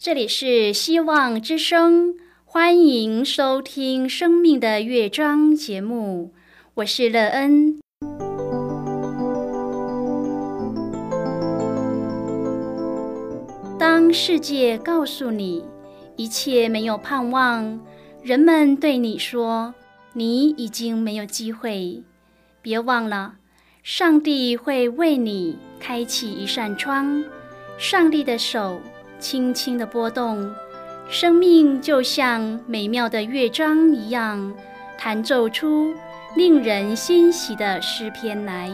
这里是希望之声，欢迎收听生命的乐章节目，我是乐恩。当世界告诉你一切没有盼望，人们对你说你已经没有机会，别忘了，上帝会为你开启一扇窗，上帝的手轻轻地拨动，生命就像美妙的乐章一样，弹奏出令人欣喜的诗篇来。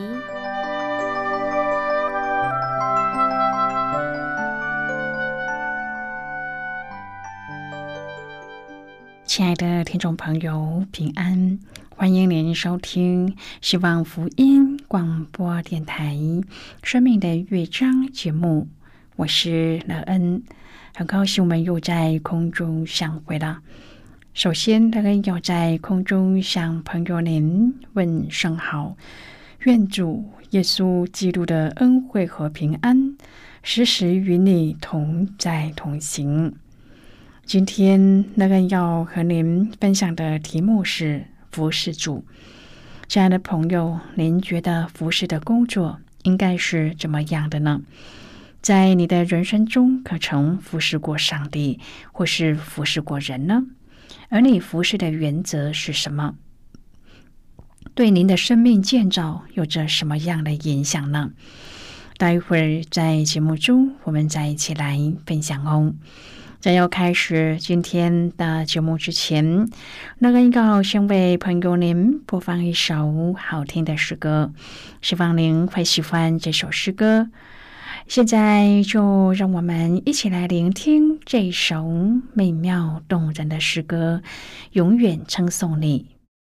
亲爱的听众朋友，平安，欢迎您收听希望福音广播电台生命的乐章节目，我是乐恩，很高兴我们又在空中相会了。首先，乐恩要在空中向朋友您问声好，愿主耶稣基督的恩惠和平安时时与你同在同行。今天乐恩要和您分享的题目是服侍主。亲爱的朋友，您觉得服侍的工作应该是怎么样的呢？在你的人生中，可曾服侍过上帝，或是服侍过人呢？而你服侍的原则是什么？对您的生命建造有着什么样的影响呢？待会儿在节目中，我们再一起来分享哦。在要开始今天的节目之前，乐恩要先为朋友您播放一首好听的诗歌，希望您会喜欢这首诗歌。现在就让我们一起来聆听这首美妙动人的诗歌，永远称颂你。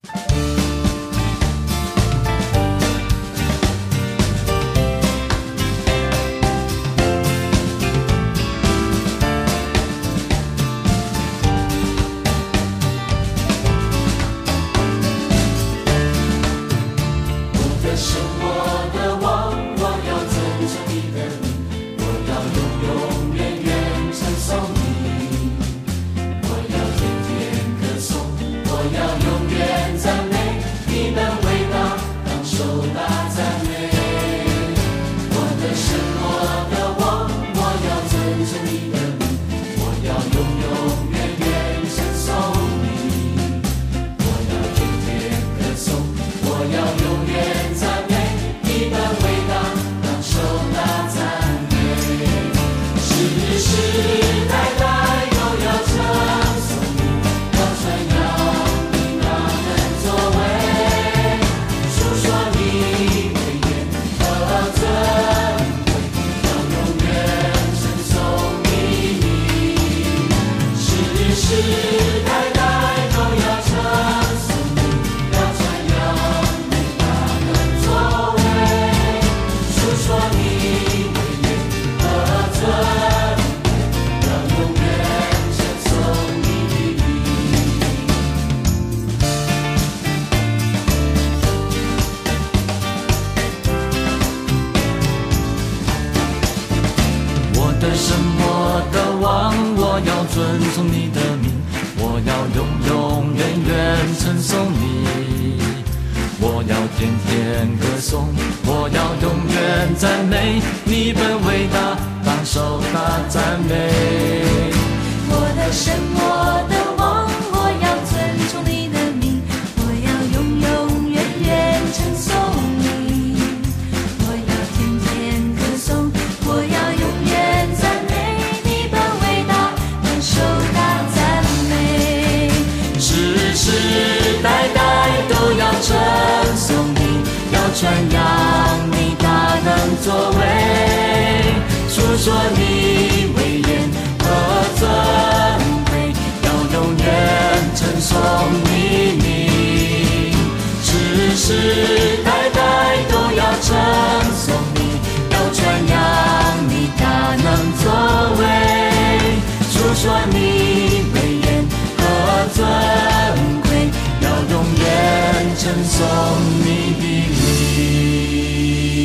尊崇你的名，我要永远称颂你，我要天天歌颂，我要永远赞美你本伟大，当受大赞美。 我的神，我的王，我要尊崇你的名，我要永远称颂你，我要天天歌颂，我要永远赞美你本伟大，当受大赞美。 世世代代都要称颂你，要传扬你大能作为，述说你威严和尊贵，要永远称颂你名。世世代代都要称颂你，要传扬你大能作为，述说你威严和尊贵，要永远称颂你的名。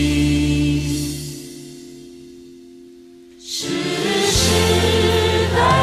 世世代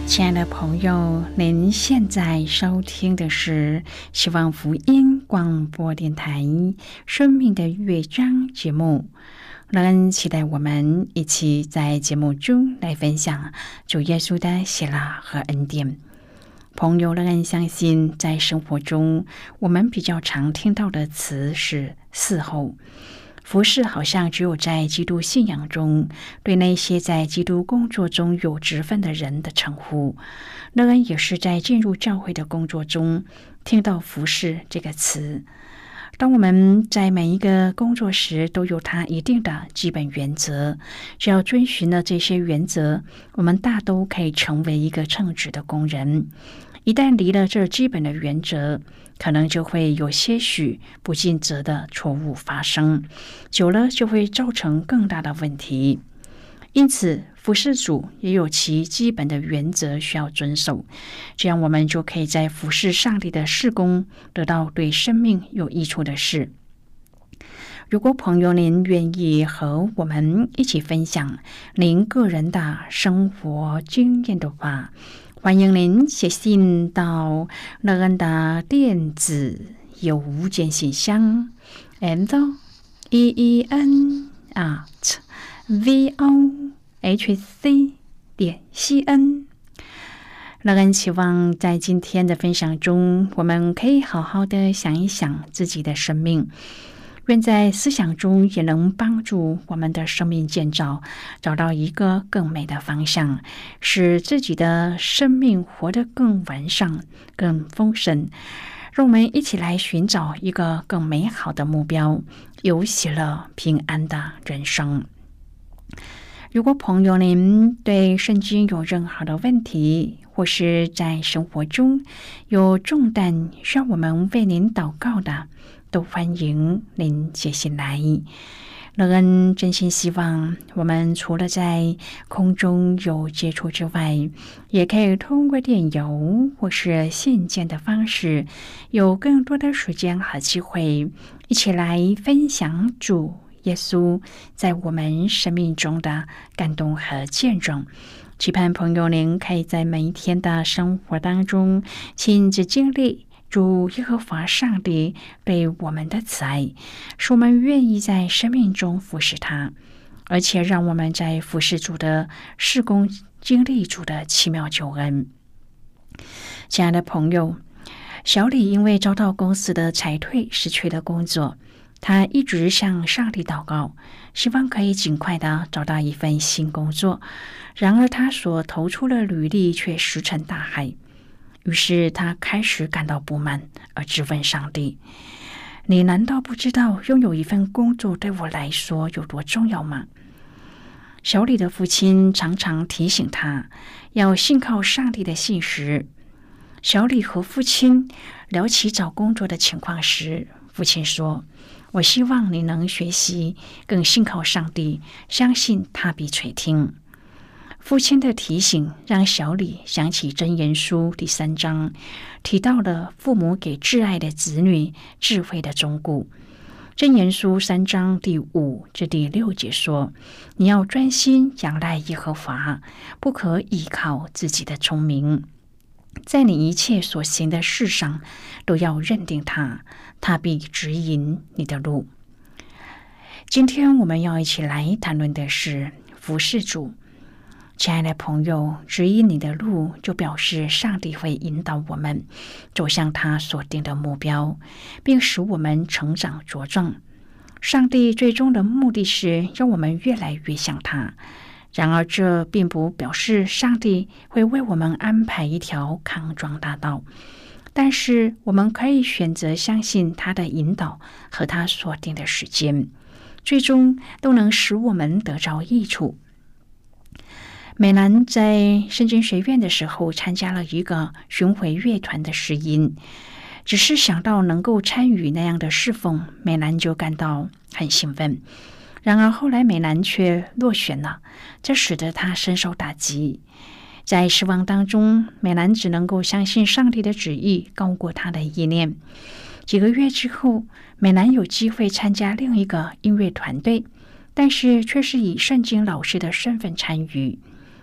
亲爱的朋友，您现在收听的是希望福音广播电台生命的乐章节目。乐恩期待我们一起在节目中来分享主耶稣的喜乐和恩典。朋友，乐恩相信在生活中我们比较常听到的词是伺候。服事好像只有在基督信仰中对那些在基督工作中有职分的人的称呼。乐恩也是在进入教会的工作中听到服事这个词。当我们在每一个工作时都有它一定的基本原则，只要遵循了这些原则，我们大都可以成为一个称职的工人。一旦离了这基本的原则，可能就会有些许不尽责的错误发生，久了就会造成更大的问题。因此，服事主也有其基本的原则需要遵守，这样我们就可以在服事上帝的事工得到对生命有益处的事。如果朋友您愿意和我们一起分享您个人的生活经验的话，欢迎您写信到乐恩的电子邮件信箱 len@vohc.cn。乐恩期望在今天的分享中，我们可以好好的想一想自己的生命，愿在思想中也能帮助我们的生命建造，找到一个更美的方向，使自己的生命活得更完善、更丰盛。让我们一起来寻找一个更美好的目标，有喜乐、平安的人生。如果朋友您对圣经有任何的问题，或是在生活中有重担需要我们为您祷告的，都欢迎您写信来。乐恩真心希望我们除了在空中有接触之外，也可以通过电邮或是信件的方式，有更多的时间和机会一起来分享主耶稣在我们生命中的感动和见证。期盼朋友您可以在每一天的生活当中亲自经历主耶和华上帝对我们的慈爱，使我们愿意在生命中服侍他，而且让我们在服侍主的事工经历主的奇妙救恩。亲爱的朋友，小李因为遭到公司的裁退失去了工作，他一直向上帝祷告，希望可以尽快的找到一份新工作。然而他所投出的履历却石沉大海，于是他开始感到不满，而质问上帝：你难道不知道拥有一份工作对我来说有多重要吗？小李的父亲常常提醒他要信靠上帝的信实。小李和父亲聊起找工作的情况时，父亲说：我希望你能学习更信靠上帝，相信他必垂听。父亲的提醒让小李想起箴言书第3章提到了父母给挚爱的子女智慧的忠告。箴言书3章第5至第6节说：你要专心仰赖耶和华，不可倚靠自己的聪明，在你一切所行的事上都要认定他，他必指引你的路。今天我们要一起来谈论的是服侍主。亲爱的朋友，指引你的路就表示上帝会引导我们走向他所定的目标，并使我们成长茁壮。上帝最终的目的是让我们越来越像他。然而这并不表示上帝会为我们安排一条康庄大道，但是我们可以选择相信他的引导和他所定的时间，最终都能使我们得着益处。美兰在圣经学院的时候参加了一个巡回乐团的试音，只是想到能够参与那样的侍奉，美兰就感到很兴奋。然而后来美兰却落选了，这使得她深受打击。在失望当中，美兰只能够相信上帝的旨意高过她的意念。几个月之后，美兰有机会参加另一个音乐团队，但是却是以圣经老师的身份参与。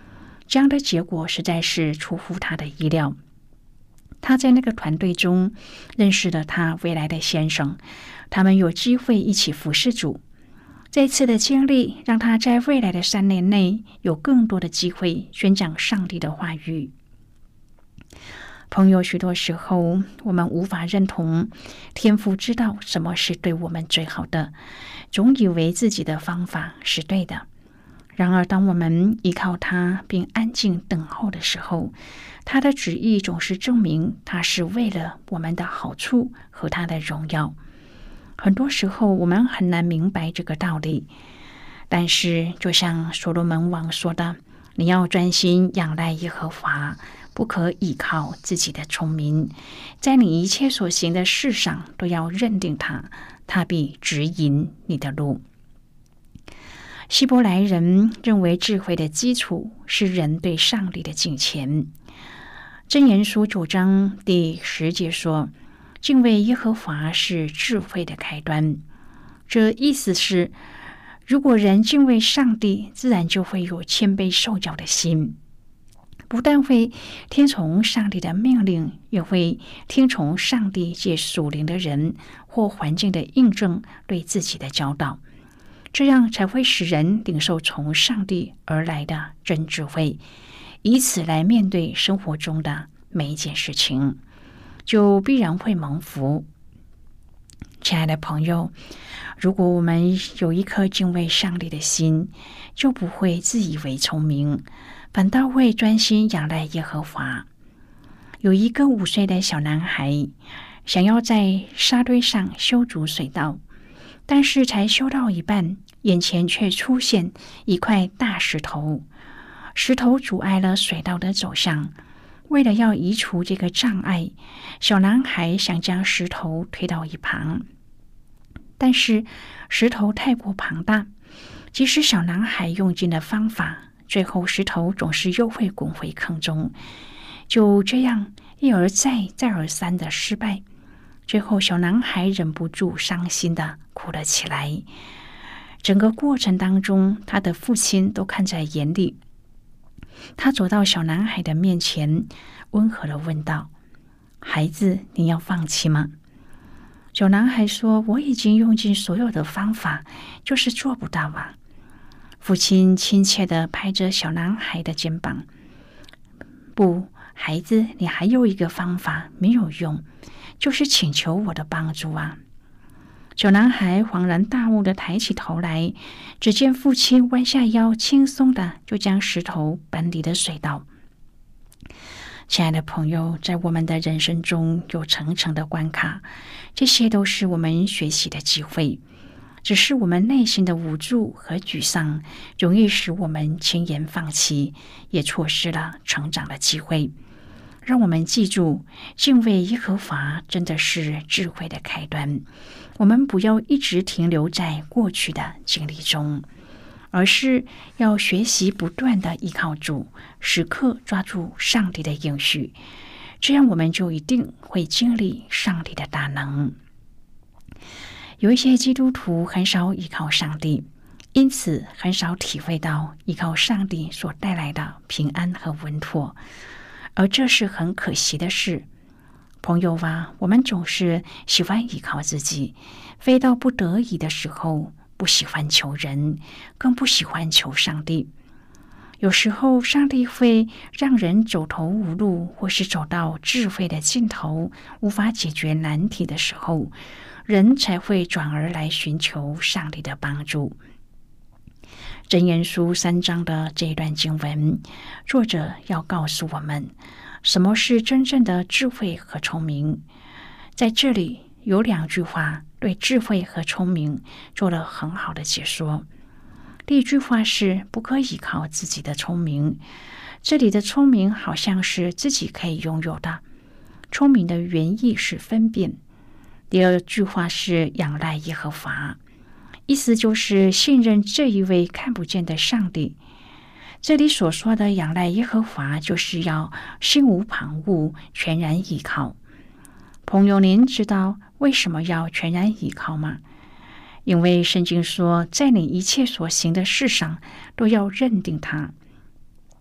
这样的结果实在是出乎他的意料。他在那个团队中认识了他未来的先生，他们有机会一起服侍主。这次的经历让他在未来的3年内有更多的机会宣讲上帝的话语。朋友，许多时候我们无法认同天父知道什么是对我们最好的，总以为自己的方法是对的。然而当我们依靠他并安静等候的时候，他的旨意总是证明他是为了我们的好处和他的荣耀。很多时候我们很难明白这个道理，但是就像所罗门王说的，你要专心仰赖耶和华，不可依靠自己的聪明，在你一切所行的事上都要认定他，他必指引你的路。希伯来人认为智慧的基础是人对上帝的敬虔。箴言书9章第10节说，敬畏耶和华是智慧的开端。这意思是，如果人敬畏上帝，自然就会有谦卑受教的心，不但会听从上帝的命令，也会听从上帝借属灵的人或环境的印证对自己的教导，这样才会使人领受从上帝而来的真智慧，以此来面对生活中的每一件事情，就必然会蒙福。亲爱的朋友，如果我们有一颗敬畏上帝的心，就不会自以为聪明，反倒会专心仰赖耶和华。有一个5岁的小男孩想要在沙堆上修筑水道，但是才修到一半，眼前却出现一块大石头，石头阻碍了水道的走向。为了要移除这个障碍，小男孩想将石头推到一旁，但是石头太过庞大，即使小男孩用尽了方法，最后石头总是又会滚回坑中。就这样一而再再而三的失败，最后小男孩忍不住伤心的哭了起来。整个过程当中，他的父亲都看在眼里。他走到小男孩的面前，温和地问道：“孩子，你要放弃吗？”小男孩说：“我已经用尽所有的方法，就是做不到啊。”父亲亲切地拍着小男孩的肩膀：“不，孩子，你还有一个方法没有用，就是请求我的帮助啊。”小男孩恍然大悟地抬起头来，只见父亲弯下腰，轻松地就将石头搬离了水道。亲爱的朋友，在我们的人生中有层层的关卡，这些都是我们学习的机会。只是我们内心的无助和沮丧，容易使我们轻言放弃，也错失了成长的机会。让我们记住，敬畏耶和华真的是智慧的开端。我们不要一直停留在过去的经历中，而是要学习不断的依靠主，时刻抓住上帝的应许，这样我们就一定会经历上帝的大能。有一些基督徒很少依靠上帝，因此很少体会到依靠上帝所带来的平安和稳妥，而这是很可惜的事。朋友啊，我们总是喜欢依靠自己，非到不得已的时候不喜欢求人，更不喜欢求上帝。有时候上帝会让人走投无路，或是走到智慧的尽头，无法解决难题的时候，人才会转而来寻求上帝的帮助。箴言书3章的这一段经文，作者要告诉我们什么是真正的智慧和聪明。在这里有2句话对智慧和聪明做了很好的解说。第一句话是不可以靠自己的聪明，这里的聪明好像是自己可以拥有的，聪明的原意是分辨。第二句话是仰赖耶和华，意思就是信任这一位看不见的上帝。这里所说的仰赖耶和华，就是要心无旁骛，全然依靠。朋友，您知道为什么要全然依靠吗？因为圣经说，在你一切所行的事上都要认定他。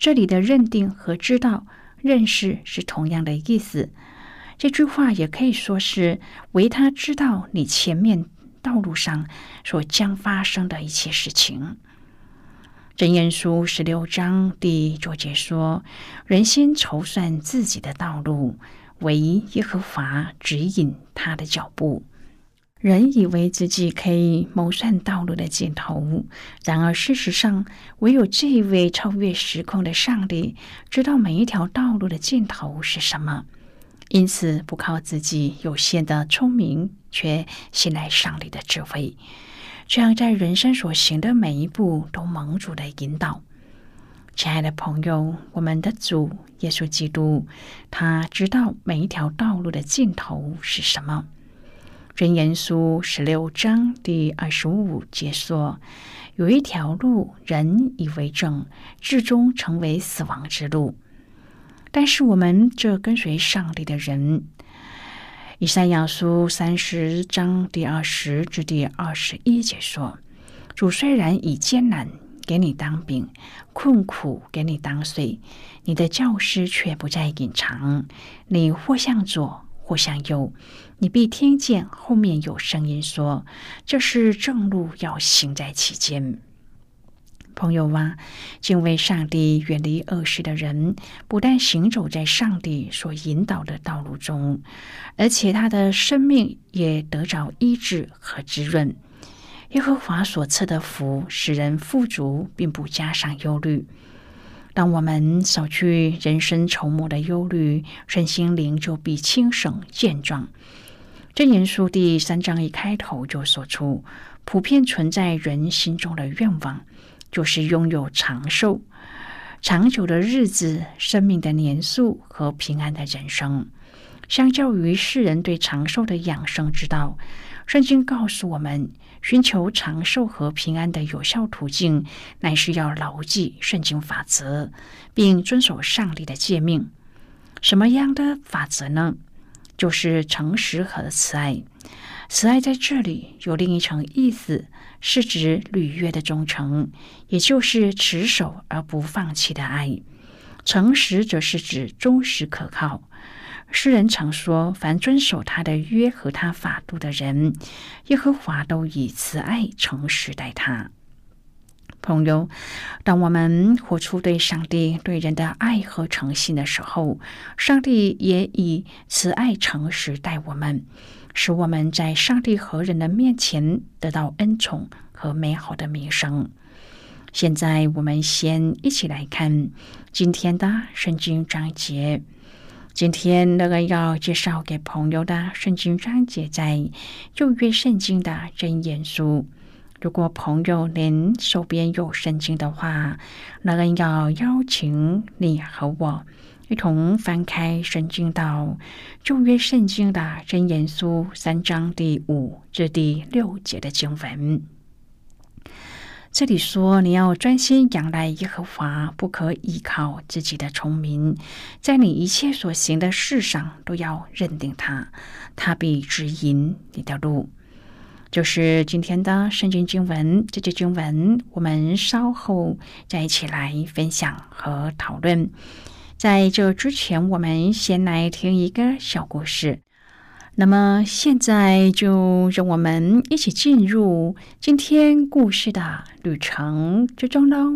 这里的认定和知道、认识是同样的意思。这句话也可以说是唯他知道你前面道路上所将发生的一切事情。箴言书16章第9节说：人心筹算自己的道路，唯耶和华指引他的脚步。人以为自己可以谋算道路的尽头，然而事实上，唯有这一位超越时空的上帝知道每一条道路的尽头是什么。因此，不靠自己有限的聪明，却信赖上帝的智慧，这样在人生所行的每一步都蒙主的引导。亲爱的朋友，我们的主耶稣基督，他知道每一条道路的尽头是什么。箴言书16章第25节说：有一条路，人以为正，至终成为死亡之路。但是我们这跟随上帝的人，以赛亚书30章第20至第21节说：主虽然以艰难给你当饼，困苦给你当水，你的教师却不再隐藏。你或向左，或向右，你必听见后面有声音说：这是正路，要行在其间。朋友啊，敬畏上帝、远离恶事的人，不但行走在上帝所引导的道路中，而且他的生命也得着医治和滋润。耶和华所赐的福，使人富足，并不加上忧虑。当我们扫去人生愁魔的忧虑，身心灵就必轻省健壮。箴言书第3章一开头就说出，普遍存在人心中的愿望，就是拥有长寿、长久的日子、生命的年数和平安的人生。相较于世人对长寿的养生之道，圣经告诉我们，寻求长寿和平安的有效途径，乃是要牢记圣经法则，并遵守上帝的诫命。什么样的法则呢？就是诚实和慈爱。慈爱在这里有另一层意思，是指履约的忠诚，也就是持守而不放弃的爱。诚实则是指忠实可靠。诗人常说，凡遵守他的约和他法度的人，耶和华都以慈爱诚实待他。朋友，当我们活出对上帝对人的爱和诚信的时候，上帝也以慈爱诚实待我们，使我们在上帝和人的面前得到恩宠和美好的名声。现在我们先一起来看今天的圣经章节。今天那个要介绍给朋友的圣经章节在旧约圣经的箴言书。如果朋友您手边有圣经的话，那个要邀请你和我一同翻开圣经到旧约圣经的箴言书3章第5至第6节的经文。这里说，你要专心仰赖耶和华，不可依靠自己的聪明，在你一切所行的事上都要认定他，他必指引你的路。就是今天的圣经经文，这节经文我们稍后再一起来分享和讨论。在这之前，我们先来听一个小故事。那么现在就让我们一起进入今天故事的旅程之中喽。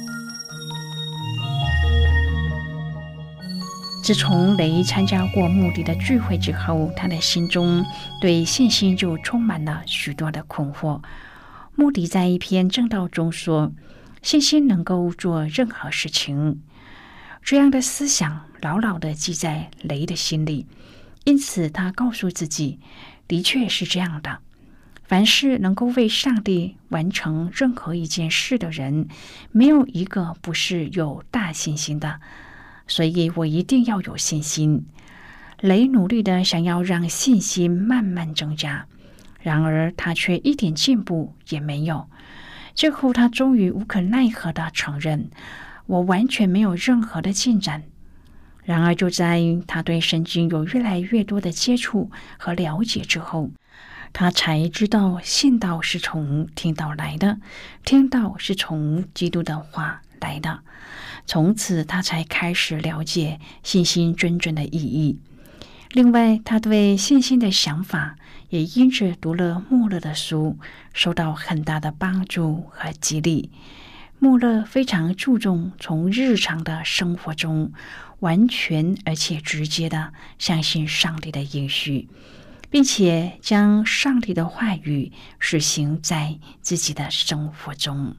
自从雷参加过墓地的聚会之后，他的心中对信心就充满了许多的困惑。穆迪在一篇正道中说，信心能够做任何事情。这样的思想牢牢地记在雷的心里，因此他告诉自己，的确是这样的。凡是能够为上帝完成任何一件事的人，没有一个不是有大信心的，所以我一定要有信心。雷努力的想要让信心慢慢增加，然而他却一点进步也没有。最后他终于无可奈何的承认，我完全没有任何的进展。然而就在他对圣经有越来越多的接触和了解之后，他才知道信道是从听道来的，听道是从基督的话来了。从此他才开始了解信心真正的意义。另外，他对信心的想法也因着读了穆勒的书，受到很大的帮助和激励。穆勒非常注重从日常的生活中完全而且直接的相信上帝的应许，并且将上帝的话语实行在自己的生活中。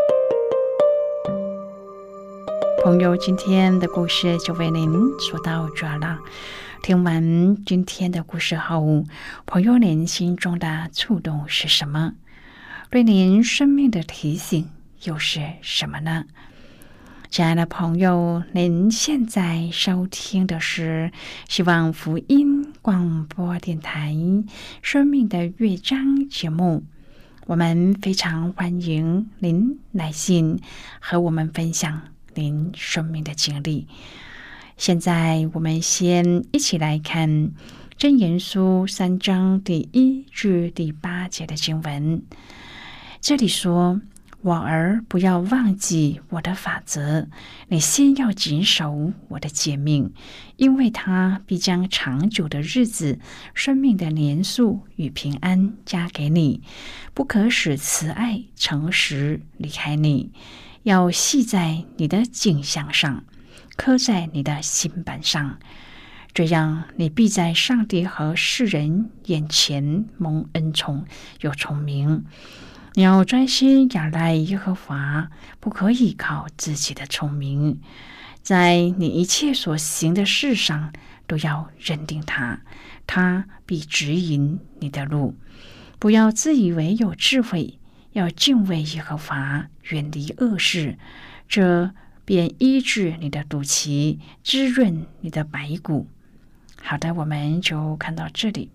朋友，今天的故事就为您说到这了。听完今天的故事后，朋友您心中的触动是什么？对您生命的提醒又是什么呢？亲爱的朋友，您现在收听的是希望福音广播电台生命的乐章节目。我们非常欢迎您来信和我们分享您生命的经历。现在我们先一起来看箴言书3章第1至第8节的经文。这里说，我儿，不要忘记我的法则，你先要谨守我的诫命，因为他必将长久的日子、生命的年数与平安加给你。不可使慈爱、诚实离开你，要系在你的颈项上，刻在你的心板上，这样你必在上帝和世人眼前蒙恩宠，有聪明。你要专心仰赖耶和华，不可依靠自己的聪明，在你一切所行的事上都要认定他，他必指引你的路。不要自以为有智慧，要敬畏耶和华，远离恶事，这便医治你的肚脐，滋润你的白骨。好的，我们就看到这里。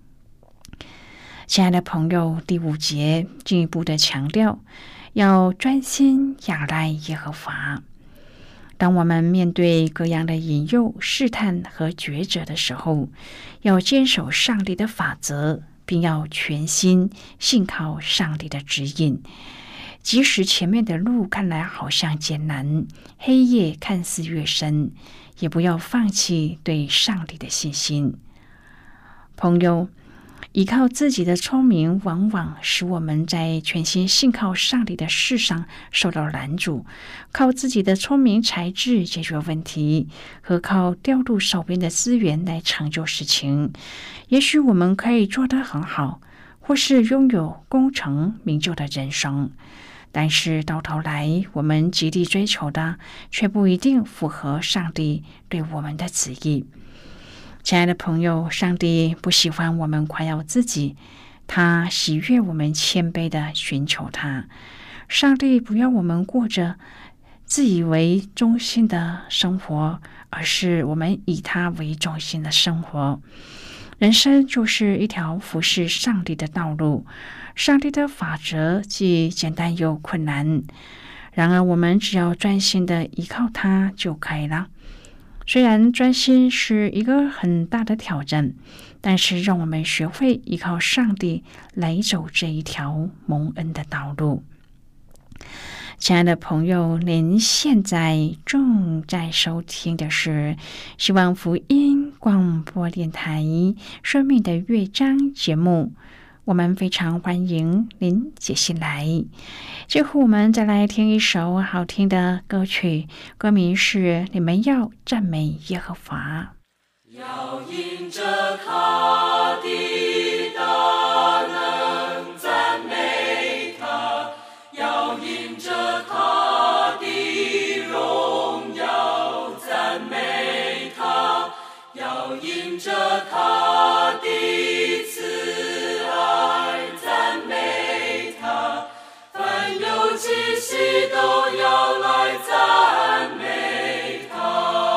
亲爱的朋友，第5节进一步的强调，要专心仰赖耶和华。当我们面对各样的引诱、试探和抉择的时候，要坚守上帝的法则，并要全心信靠上帝的指引。即使前面的路看来好像艰难，黑夜看似越深，也不要放弃对上帝的信心。朋友，依靠自己的聪明，往往使我们在全心信靠上帝的事上受到拦阻。靠自己的聪明才智解决问题，和靠调度手边的资源来成就事情，也许我们可以做得很好，或是拥有功成名就的人生。但是到头来，我们极力追求的，却不一定符合上帝对我们的旨意。亲爱的朋友，上帝不喜欢我们夸耀自己，他喜悦我们谦卑的寻求他。上帝不要我们过着自以为中心的生活，而是我们以他为中心的生活。人生就是一条服侍上帝的道路，上帝的法则既简单又困难，然而我们只要专心的依靠他就可以了。虽然专心是一个很大的挑战，但是让我们学会依靠上帝来走这一条蒙恩的道路。亲爱的朋友，您现在正在收听的是希望福音广播电台生命的乐章节目，我们非常欢迎您写信来。最后我们再来听一首好听的歌曲，歌名是你们要赞美耶和华。 要因着他的大能赞美他，要因着他的荣耀赞美他，要因着他的慈爱赞美他，凡有气息都要来赞美他。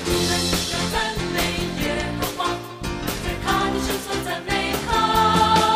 赞美耶和华，在他的圣所赞美他。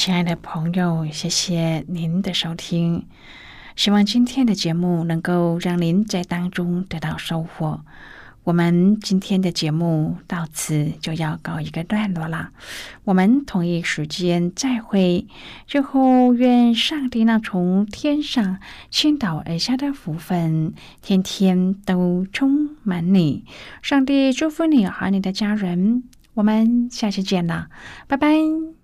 亲爱的朋友，谢谢您的收听。希望今天的节目能够让您在当中得到收获。我们今天的节目到此就要告一个段落了，我们同一时间再会。最后，愿上帝那从天上倾倒而下的福分，天天都充满你。上帝祝福你和你的家人，我们下期见了，拜拜。